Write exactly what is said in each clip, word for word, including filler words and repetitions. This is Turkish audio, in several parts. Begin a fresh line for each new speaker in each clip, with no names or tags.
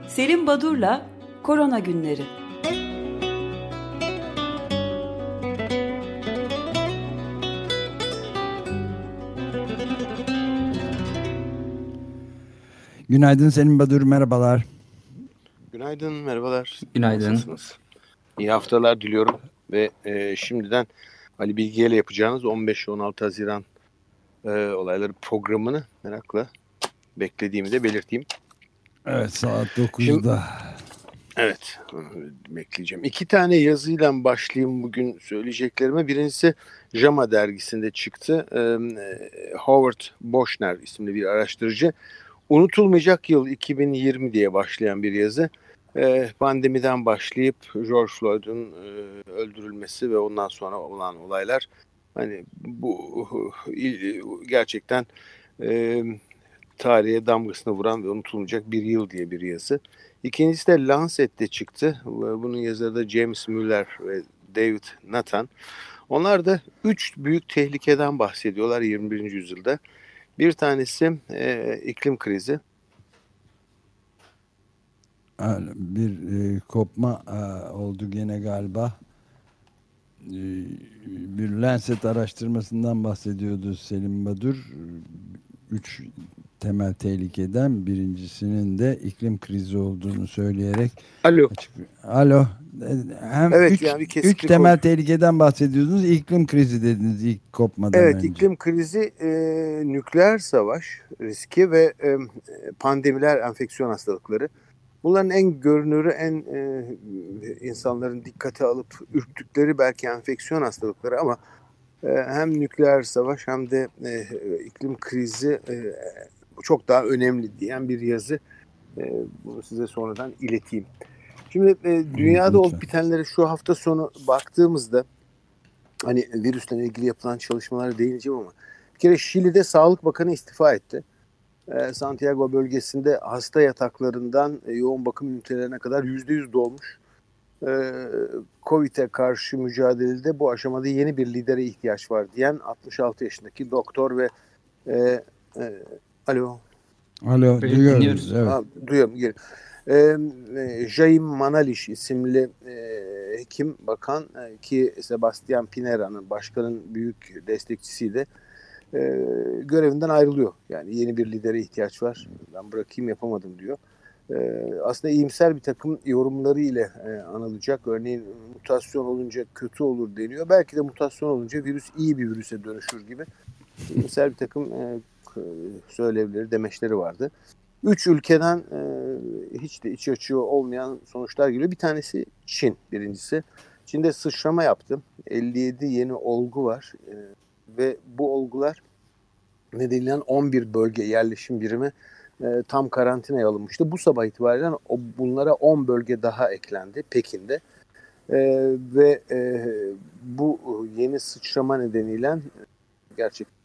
Selim Badur'la Korona Günleri.
Günaydın Selim Badur, merhabalar.
Günaydın, merhabalar.
Günaydın.
Nasılsınız? İyi haftalar diliyorum ve e, şimdiden Ali Bilge ile yapacağınız on beş on altı Haziran e, olayları programını merakla beklediğimi de belirteyim.
Evet, saat dokuzda.
Şimdi, evet, bekleyeceğim. İki tane yazıyla başlayayım bugün söyleyeceklerime. Birincisi JAMA dergisinde çıktı. E, Howard Boschner isimli bir araştırıcı. Unutulmayacak yıl iki bin yirmi diye başlayan bir yazı. E, pandemiden başlayıp George Floyd'un e, öldürülmesi ve ondan sonra olan olaylar. Hani bu il, gerçekten e, tarihe damgasını vuran ve unutulmayacak bir yıl diye bir yazı. İkincisi de Lancet'te çıktı. Bunun yazarı da James Müller ve David Nathan. Onlar da üç büyük tehlikeden bahsediyorlar yirmi birinci yüzyılda. Bir tanesi e, iklim krizi.
Bir e, kopma e, oldu gene galiba. E, bir Lancet araştırmasından bahsediyordu Selim Badur. Üç temel tehlikeden birincisinin de iklim krizi olduğunu söyleyerek.
Alo.
Açık, alo. Hem
evet,
üç,
yani
üç temel
oldu.
tehlikeden bahsediyordunuz. İklim krizi dediniz ilk kopmadan
evet,
önce.
Evet, iklim krizi, e, nükleer savaş riski ve e, pandemiler, enfeksiyon hastalıkları. Bunların en görünürü, en e, insanların dikkate alıp ürktükleri belki enfeksiyon hastalıkları ama e, hem nükleer savaş hem de e, iklim krizi e, çok daha önemli diyen bir yazı. E, bunu size sonradan ileteyim. Şimdi e, dünyada olup bitenlere şu hafta sonu baktığımızda hani virüsle ilgili yapılan çalışmalara değineceğim ama bir kere Şili'de Sağlık Bakanı istifa etti. E, Santiago bölgesinde hasta yataklarından e, yoğun bakım ünitelerine kadar yüzde yüz dolmuş. E, Covid'e karşı mücadelede bu aşamada yeni bir lidere ihtiyaç var diyen altmış altı yaşındaki doktor ve e, e, alo.
Alo,
evet,
duyuyoruz. Evet.
Ha, duyuyorum. Geri. E, e, Jaime Manaliş isimli e, hekim bakan e, ki Sebastián Piñera'nın başkanın büyük destekçisiydi. E, görevinden ayrılıyor. Yani yeni bir lidere ihtiyaç var. Ben bırakayım yapamadım diyor. E, aslında iyimser bir takım yorumları ile e, anılacak. Örneğin mutasyon olunca kötü olur deniyor. Belki de mutasyon olunca virüs iyi bir virüse dönüşür gibi. İyimser bir takım e, söylevleri, demeçleri vardı. Üç ülkeden e, hiç de iç açığı olmayan sonuçlar geliyor. Bir tanesi Çin birincisi. Çin'de sıçrama yaptı. elli yedi yeni olgu var. E, ve bu olgular nedeniyle on bir bölge yerleşim birimi e, tam karantinaya alınmıştı. Bu sabah itibaren o, bunlara on bölge daha eklendi Pekin'de. E, ve e, bu yeni sıçrama nedeniyle gerçekten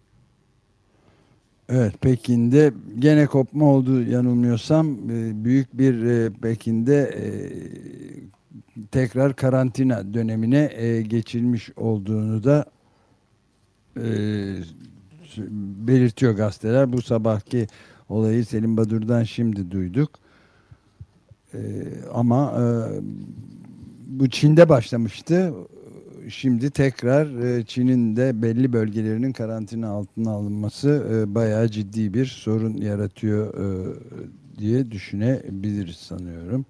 Evet, Pekin'de gene kopma oldu yanılmıyorsam. Büyük bir Pekin'de tekrar karantina dönemine geçilmiş olduğunu da belirtiyor gazeteler. Bu sabahki olayı Selim Badur'dan şimdi duyduk. Ama bu Çin'de başlamıştı. Şimdi tekrar Çin'in de belli bölgelerinin karantina altına alınması bayağı ciddi bir sorun yaratıyor diye düşünebiliriz sanıyorum.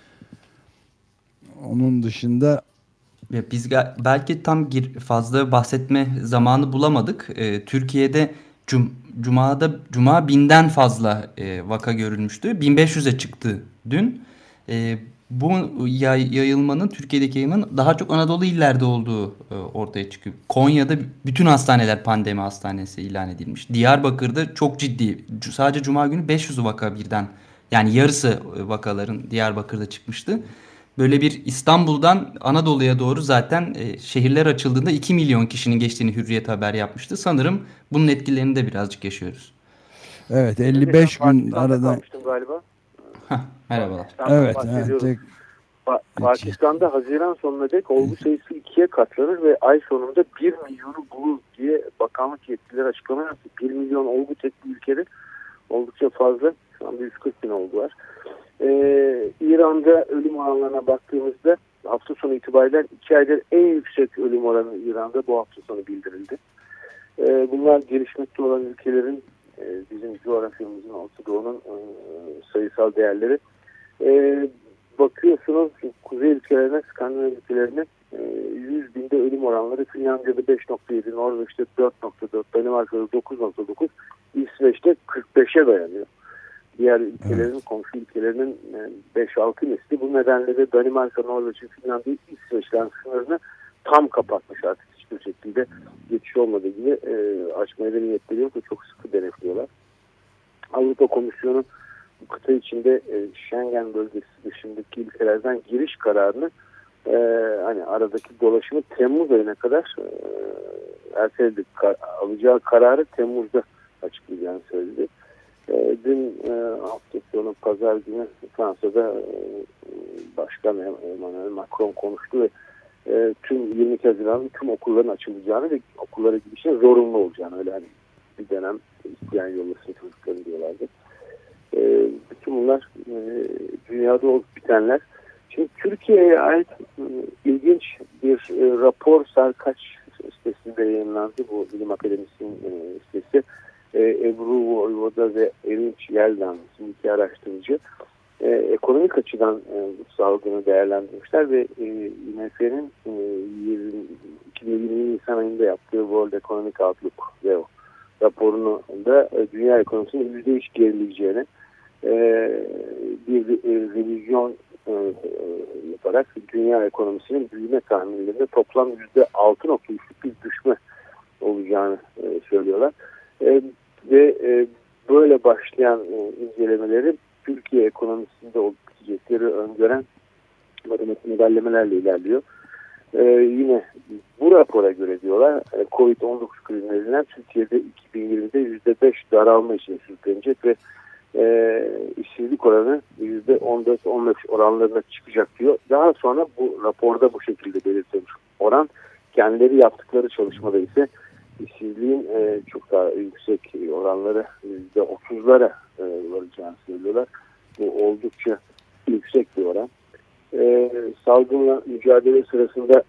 Onun dışında
biz belki tam fazla bahsetme zamanı bulamadık. Türkiye'de cum Cuma'da Cuma binden fazla vaka görülmüştü. bin beş yüze çıktı dün. Bu yayılmanın, Türkiye'deki yayılmanın daha çok Anadolu illerde olduğu ortaya çıkıyor. Konya'da bütün hastaneler pandemi hastanesi ilan edilmiş. Diyarbakır'da çok ciddi, sadece Cuma günü beş yüz vaka birden, yani yarısı vakaların Diyarbakır'da çıkmıştı. Böyle bir İstanbul'dan Anadolu'ya doğru zaten şehirler açıldığında iki milyon kişinin geçtiğini Hürriyet haber yapmıştı. Sanırım bunun etkilerini de birazcık yaşıyoruz.
Evet, elli beş gün aradan
galiba.
Heh, merhabalar.
Evet, evet tek...
pa- Pakistan'da Haziran sonuna dek olgu sayısı ikiye katlanır ve ay sonunda bir milyonu bulur diye bakanlık yetkilileri açıklama yaptı. bir milyon olgu tek bir ülkede oldukça fazla. Şu anda yüz kırk bin olgu var. Ee, İran'da ölüm oranlarına baktığımızda hafta sonu itibariyle iki aydır en yüksek ölüm oranı İran'da bu hafta sonu bildirildi. Ee, bunlar gelişmekte olan ülkelerin, e, bizim coğrafyamızın, Orta Doğu'nun e, sayısal değerleri. Ee, bakıyorsunuz kuzey ülkelerine, Skandinav ülkelerine e, yüz binde ölüm oranları Finlandiya'da beş nokta yedi, Norveç'te dört nokta dört, Danimarka'da dokuz nokta dokuz, İsveç'te kırk beşe dayanıyor. Diğer ülkelerin, evet. komşu ülkelerinin beş altı misli. Bu nedenle de Danimarka, Norveç'in, Finlandiya, İsveç'ten sınırını tam kapatmış artık. Hiçbir şekilde geçiş olmadığı gibi e, açmaya da niyetleri yok ve çok sıkı denetliyorlar. Avrupa Komisyonu bu kıta içinde e, Schengen bölgesi dışındaki ülkelerden giriş kararını e, hani aradaki dolaşımı Temmuz ayına kadar e, erteledi. Kar, alacağı kararı Temmuz'da açıklayacağını söyledi. E, dün e, hafta sonu pazar günü Fransa'da e, Başkan Emmanuel Macron konuştu ve e, tüm yirmi iki Haziran'da tüm okulların açılacağını ve okullara gidişin zorunlu olacağını, öyle hani bir dönem isteyen yollasın çocukların diyorlardı. E, bütün bunlar e, dünyada olup bitenler. Şimdi Türkiye'ye ait e, ilginç bir e, rapor Sarkaç sitesinde yayınlandı. Bu Bilim Akademisi'nin e, sitesi. E, Ebru Voyvoda ve Erinç Yeldan iki araştırıcı e, ekonomik açıdan e, bu salgını değerlendirmişler ve e, I M F'nin e, iki bin yirmi Nisan ayında yaptığı World Economic Outlook ve o raporunu da e, dünya ekonomisinin yüzde üç gerileyeceğini e, bir e, revizyon e, yaparak dünya ekonomisinin büyüme tahminlerinde toplam yüzde altı nokta üçlük bir düşme olacağını e, söylüyorlar. E, ve e, böyle başlayan e, incelemeleri Türkiye ekonomisinde olup bitecekleri öngören matematik modellemelerle ilerliyor. E, yine bu rapora göre diyorlar e, Covid on dokuz krizinden Türkiye'de iki bin yirmide yüzde beş daralma için sürüklenecek ve e, işsizlik oranı yüzde on dört on beş oranlarına çıkacak diyor. Daha sonra bu raporda bu şekilde belirtilmiş oran, kendileri yaptıkları çalışmada ise işsizliğin e, çok daha yüksek oranları yüzde otuzlara e, varacağını söylüyorlar. Bu oldukça yüksek bir oran. E, salgınla mücadele sırasında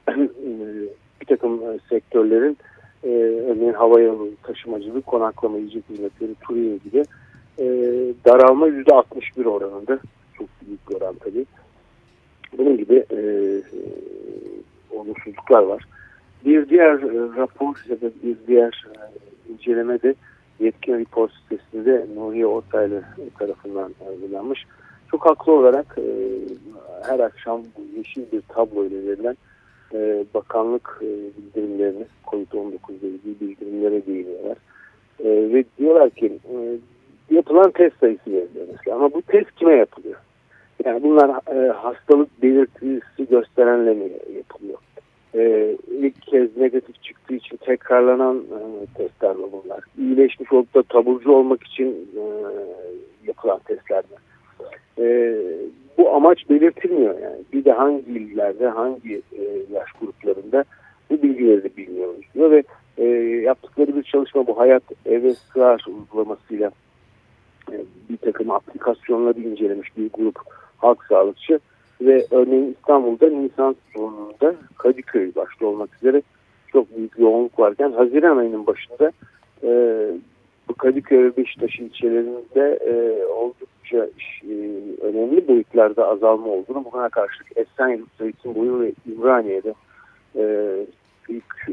bir takım e, sektörlerin e, örneğin havayolu, taşımacılık, konaklama, yiyecek hizmetleri, turiye gibi e, daralma yüzde altmış bir oranında. Çok büyük bir oran tabii. Bunun gibi e, e, olumsuzluklar var. Bir diğer e, rapor ya da bir diğer e, inceleme de Yetkin Report sitesinde Nuriye Ortaylı tarafından hazırlanmış. Çok haklı olarak e, her akşam bu yeşil bir tablo ile verilen e, bakanlık e, bildirimlerini, Covid on dokuz ile ilgili bildirimlere değiniyorlar. E, ve diyorlar ki e, yapılan test sayısı veriliyor mesela, ama bu test kime yapılıyor? Yani bunlar e, hastalık belirtisi gösterenle mi yapılıyor? Ee, ilk kez negatif çıktığı için tekrarlanan e, testler var bunlar. İyileşmiş olup da taburcu olmak için e, yapılan testler var. E, bu amaç belirtilmiyor yani. Bir de hangi illerde, hangi e, yaş gruplarında bu bilgileri de bilmiyoruz diyor ve e, yaptıkları bir çalışma bu Hayat Eve Sığar uygulamasıyla e, bir takım aplikasyonları incelemiş bir grup halk sağlıkçı. Ve örneğin İstanbul'da Nisan sonunda Kadıköy başta olmak üzere çok büyük yoğunluk varken Haziran ayının başında e, bu Kadıköy ve Beşiktaş ilçelerinde e, oldukça e, önemli boyutlarda azalma olduğunu, buna karşılık Esenyurt, Zeytinburnu ve İmraniye'de e, büyük e,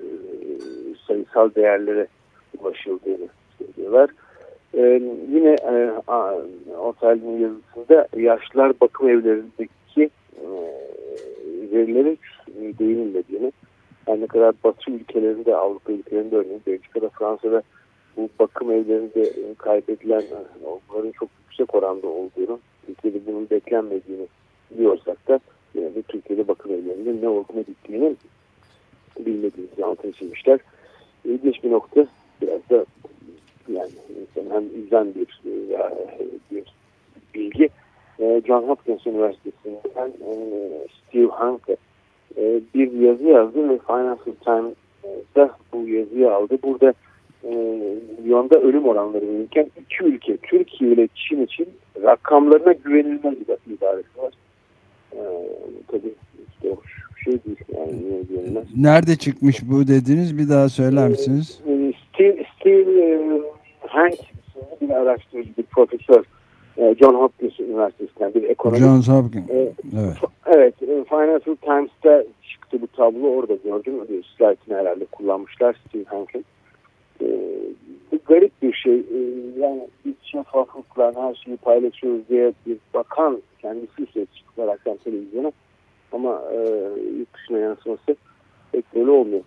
sayısal değerlere ulaşıldığını söylüyorlar. Ee, yine e, Ortaylı'nın yazısında yaşlılar bakım evlerindeki e, verilere değinilmediğini, yani ne kadar Batı ülkelerinde, Avrupa ülkelerinde, örneğin Belçika'da, Fransa'da bu bakım evlerinde kaybedilen onların çok yüksek oranda olduğunu, Türkiye'de bunun beklenmediğini biliyorsak da yine de Türkiye'de bakım evlerinde ne olduğunu bittiğini bilmediğimizi altını çizmişler. İlginç bir nokta, biraz da yani hem üzen bir, bir bilgi. John Hopkins Üniversitesi'nden Steve Hanke bir yazı yazdı ve Financial Times'da bu yazıyı aldı. Burada milyonda ölüm oranları verirken iki ülke, Türkiye ile Çin için rakamlarına güvenilmez bir ibaresi var. Ee, tabii işte hoş bir şey değil. Yani niye güvenilmez?
Nerede çıkmış bu dediniz? Bir daha söyler misiniz?
Ee, Steve, Steve e, Hank isimli bir araştırıcı, bir profesör. John Hopkins Üniversitesi'nden bir ekonomist.
Johns Hopkins. Ee, evet.
Evet. Financial Times'ta çıktı bu tablo. Orada gördüm. Slide'ını herhalde kullanmışlar Steve Hank'in. Ee, bu garip bir şey. Ee, yani biz şeffaflıkla her şeyi paylaşıyoruz diye bir bakan kendisi üstüne çıkaraktan televizyona ama e, yurt dışına yansıması pek böyle olmuyor.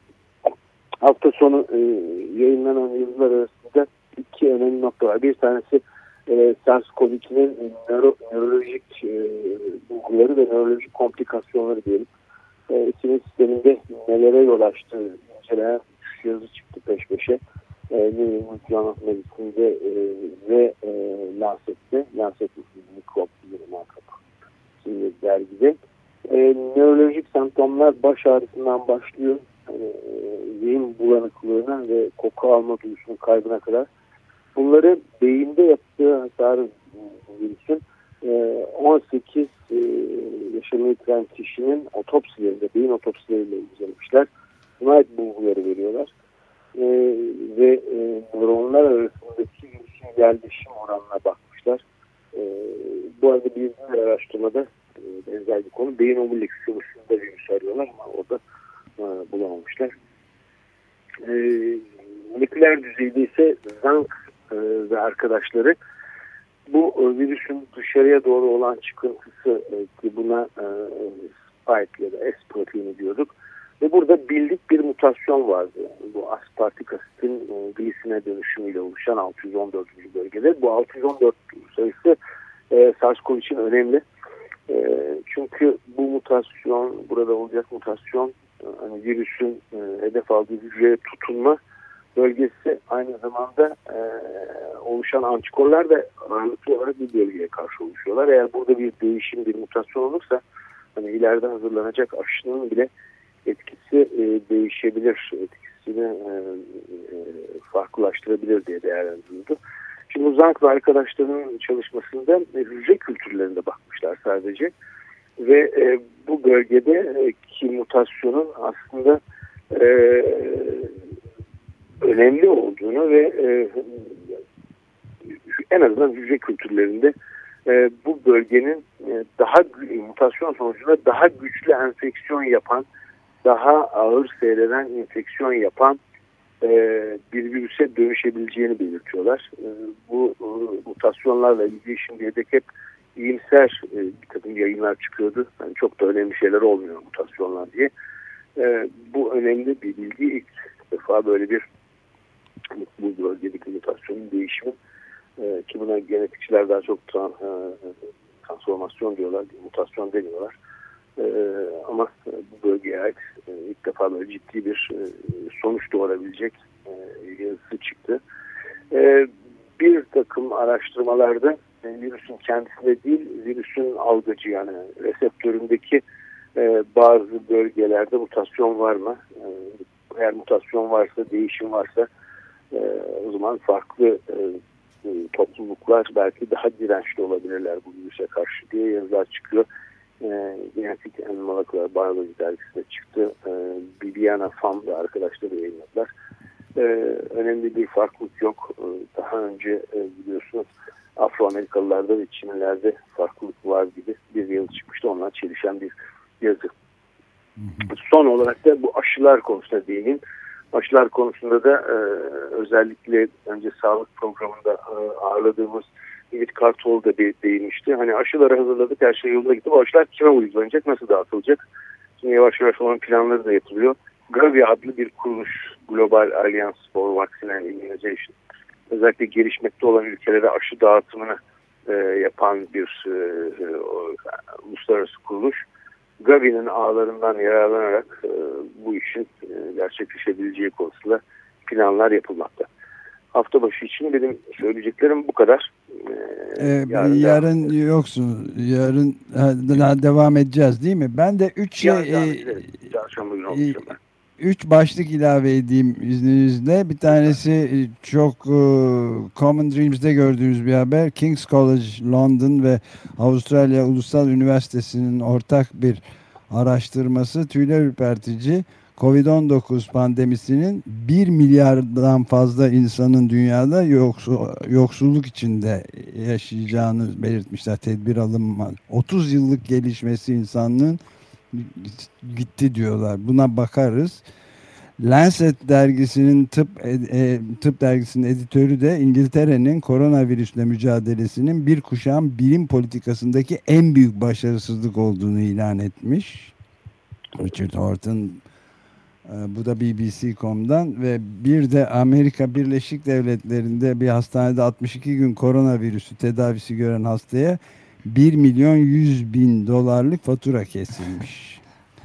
Hafta sonu e, yayınlanan yazılar arasında iki önemli nokta var. Bir tanesi e, SARS-CoV iki'nin nöro, nörolojik e, bulguları ve nörolojik komplikasyonları diyelim. E, sinir sisteminde nelere yol açtığı inceleyen üç yazı çıktı peş peşe. E, New England Journal of Medicine'de e, ve e, Lancet'te, Lancet mikrop bilimi isimli dergide. E, nörolojik semptomlar baş ağrısından başlıyor. Yani, e, zihin bulanıklığına ve koku alma duyusunun kaybına kadar. Bunları beyinde yaptığı hasarı virüsün e, on sekiz e, yaşamını yitiren kişinin otopsilerinde, beyin otopsileriyle incelemişler. Buna ait bulguları veriyorlar. E, ve e, nöronlar arasındaki virüsün yerleşim oranına bakmışlar. E, bu arada bir diğer araştırmada e, benzer bir konu. Beyin omurilik sıvısında virüs arıyorlar ama orada e, bulamamışlar. E, moleküler düzeyde ise Zank e, ve arkadaşları bu e, virüsün dışarıya doğru olan çıkıntısı e, ki buna e, spike ya da S proteini diyorduk. Ve burada bildik bir mutasyon vardı. Bu aspartik asitin e, glisine dönüşümüyle oluşan altı yüz on dördüncü bölgede. Bu altı yüz on dört sayısı e, SARS-CoV için önemli. E, çünkü bu mutasyon, burada olacak mutasyon e, hani virüsün e, hedef aldığı hücreye tutunma bölgesi aynı zamanda e, oluşan antikorlar da ağırlıklı olarak bir bölgeye karşı oluşuyorlar. Eğer burada bir değişim, bir mutasyon olursa hani ileride hazırlanacak aşının bile etkisi e, değişebilir, etkisini e, e, farklılaştırabilir diye değerlendirildi. Şimdi Uzank ve arkadaşlarının çalışmasında e, hücre kültürlerine bakmışlar sadece ve e, bu bölgede e, ki mutasyonun aslında e, önemli olduğunu ve e, en azından hücre kültürlerinde e, bu bölgenin e, daha mutasyon sonucunda daha güçlü enfeksiyon yapan, daha ağır seyreden enfeksiyon yapan e, bir virüse dönüşebileceğini belirtiyorlar. E, bu e, mutasyonlarla ilgili şimdiye dek hep iyimser e, bir takım yayınlar çıkıyordu. Yani çok da önemli şeyler olmuyor mutasyonlar diye. E, bu önemli bir bilgi. İlk defa böyle bir bu bölgedeki mutasyonun değişimi e, ki buna genetikçiler daha çok tra e, transformasyon diyorlar, mutasyon deniyorlar. E, ama e, bu bölgeye ait e, ilk defa böyle ciddi bir e, sonuç doğurabilecek e, yazısı çıktı. E, bir takım araştırmalarda e, virüsün kendisinde değil, virüsün algıcı yani reseptöründeki e, bazı bölgelerde mutasyon var mı? E, eğer mutasyon varsa, değişim varsa e, o zaman farklı e, e, topluluklar belki daha dirençli olabilirler bu virüse karşı diye yazılar çıkıyor. E, Genetic and Molecular Biology dergisinde çıktı. E, Bibiana Phamb'da arkadaşları yayınladılar. E, önemli bir farklılık yok. E, daha önce e, biliyorsunuz Afro-Amerikalılarda ve Çinlilerde farklılık var gibi bir yazı çıkmıştı. Onunla çelişen bir yazı. Hı hı. Son olarak da bu aşılar konusunda değineyim. Aşılar konusunda da e, özellikle önce sağlık programında e, ağırladığımız Ümit Kartoğlu da de, değinmişti. Hani aşıları hazırladık, her şey yoluna gitti. Bu aşılar kime uygulanacak, nasıl dağıtılacak? Şimdi yavaş yavaş olan planları da yapılıyor. Gavi adlı bir kuruluş, Global Alliance for Vaccine and Immunization, özellikle gelişmekte olan ülkelere aşı dağıtımını e, yapan bir e, e, uluslararası kuruluş. Gavi'nin ağlarından yararlanarak e, bu işin e, gerçekleşebileceği konusunda planlar yapılmakta. Hafta başı için benim söyleyeceklerim bu kadar.
Ee, yarın yarın yoksun. Yarın ha, devam edeceğiz değil mi? Ben de üç şey...
Yarın devam edeceğiz. Çarşamba günü olacağım ben.
üç başlık ilave edeyim izninizle. Bir tanesi çok e, Common Dreams'de gördüğünüz bir haber. King's College London ve Avustralya Ulusal Üniversitesi'nin ortak bir araştırması tüyler ürpertici. kovid on dokuz pandemisinin bir milyardan fazla insanın dünyada yoksul, yoksulluk içinde yaşayacağını belirtmişler. Tedbir alınmaz. otuz yıllık gelişmesi insanlığın gitti diyorlar. Buna bakarız. Lancet dergisinin tıp e, tıp dergisinin editörü de İngiltere'nin koronavirüsle mücadelesinin bir kuşağın bilim politikasındaki en büyük başarısızlık olduğunu ilan etmiş. Richard Horton, bu da B B C nokta com'dan. Ve bir de Amerika Birleşik Devletleri'nde bir hastanede altmış iki gün koronavirüsü tedavisi gören hastaya bir milyon yüz bin dolarlık fatura kesilmiş.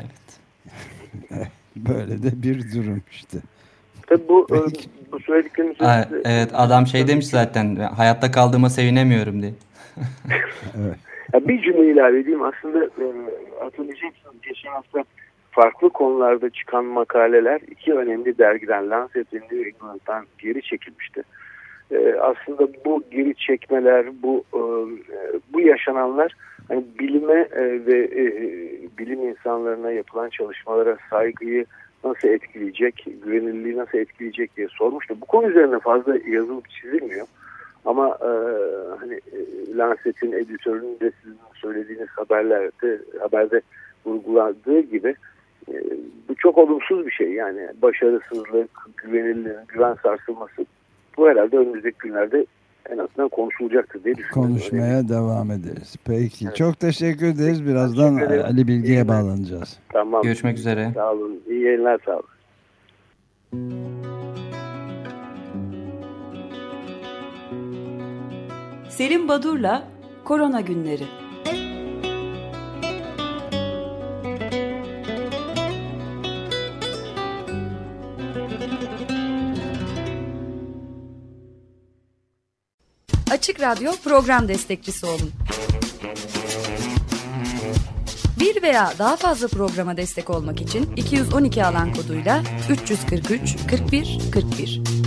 Evet.
Böyle de bir durum işte.
Tabii bu, bu söylediklerimiz...
Aa, evet, adam şey demiş zaten, hayatta kaldığıma sevinemiyorum diye.
Evet. Ya bir cümle ilave edeyim. Aslında e, hatırlayacaksınız geçen hafta farklı konularda çıkan makaleler iki önemli dergiden, Lancet ve New England'dan geri çekilmişti. Ee, aslında bu geri çekmeler, bu e, bu yaşananlar hani bilime e, ve e, bilim insanlarına yapılan çalışmalara saygıyı nasıl etkileyecek, güvenilirliği nasıl etkileyecek diye sormuştu. Bu konu üzerine fazla yazılıp çizilmiyor. Ama e, hani e, Lancet'in editörünün de sizin söylediğiniz haberlerde haberde vurguladığı gibi e, bu çok olumsuz bir şey. Yani başarısızlık, güvenilirliğin, güven sarsılması, bu herhalde önümüzdeki günlerde en azından konuşulacaktır diye düşünüyorum.
Konuşmaya öyle devam ederiz. Peki. Evet. Çok teşekkür ederiz. Birazdan teşekkür Ali Bilge'ye bağlanacağız.
Tamam.
Görüşmek üzere.
Sağ olun. İyi yayınlar, sağ olun.
Selim Badur'la Korona Günleri.
Açık Radyo program destekçisi olun. Bir veya daha fazla programa destek olmak için iki yüz on iki alan koduyla üç yüz kırk üç kırk bir kırk bir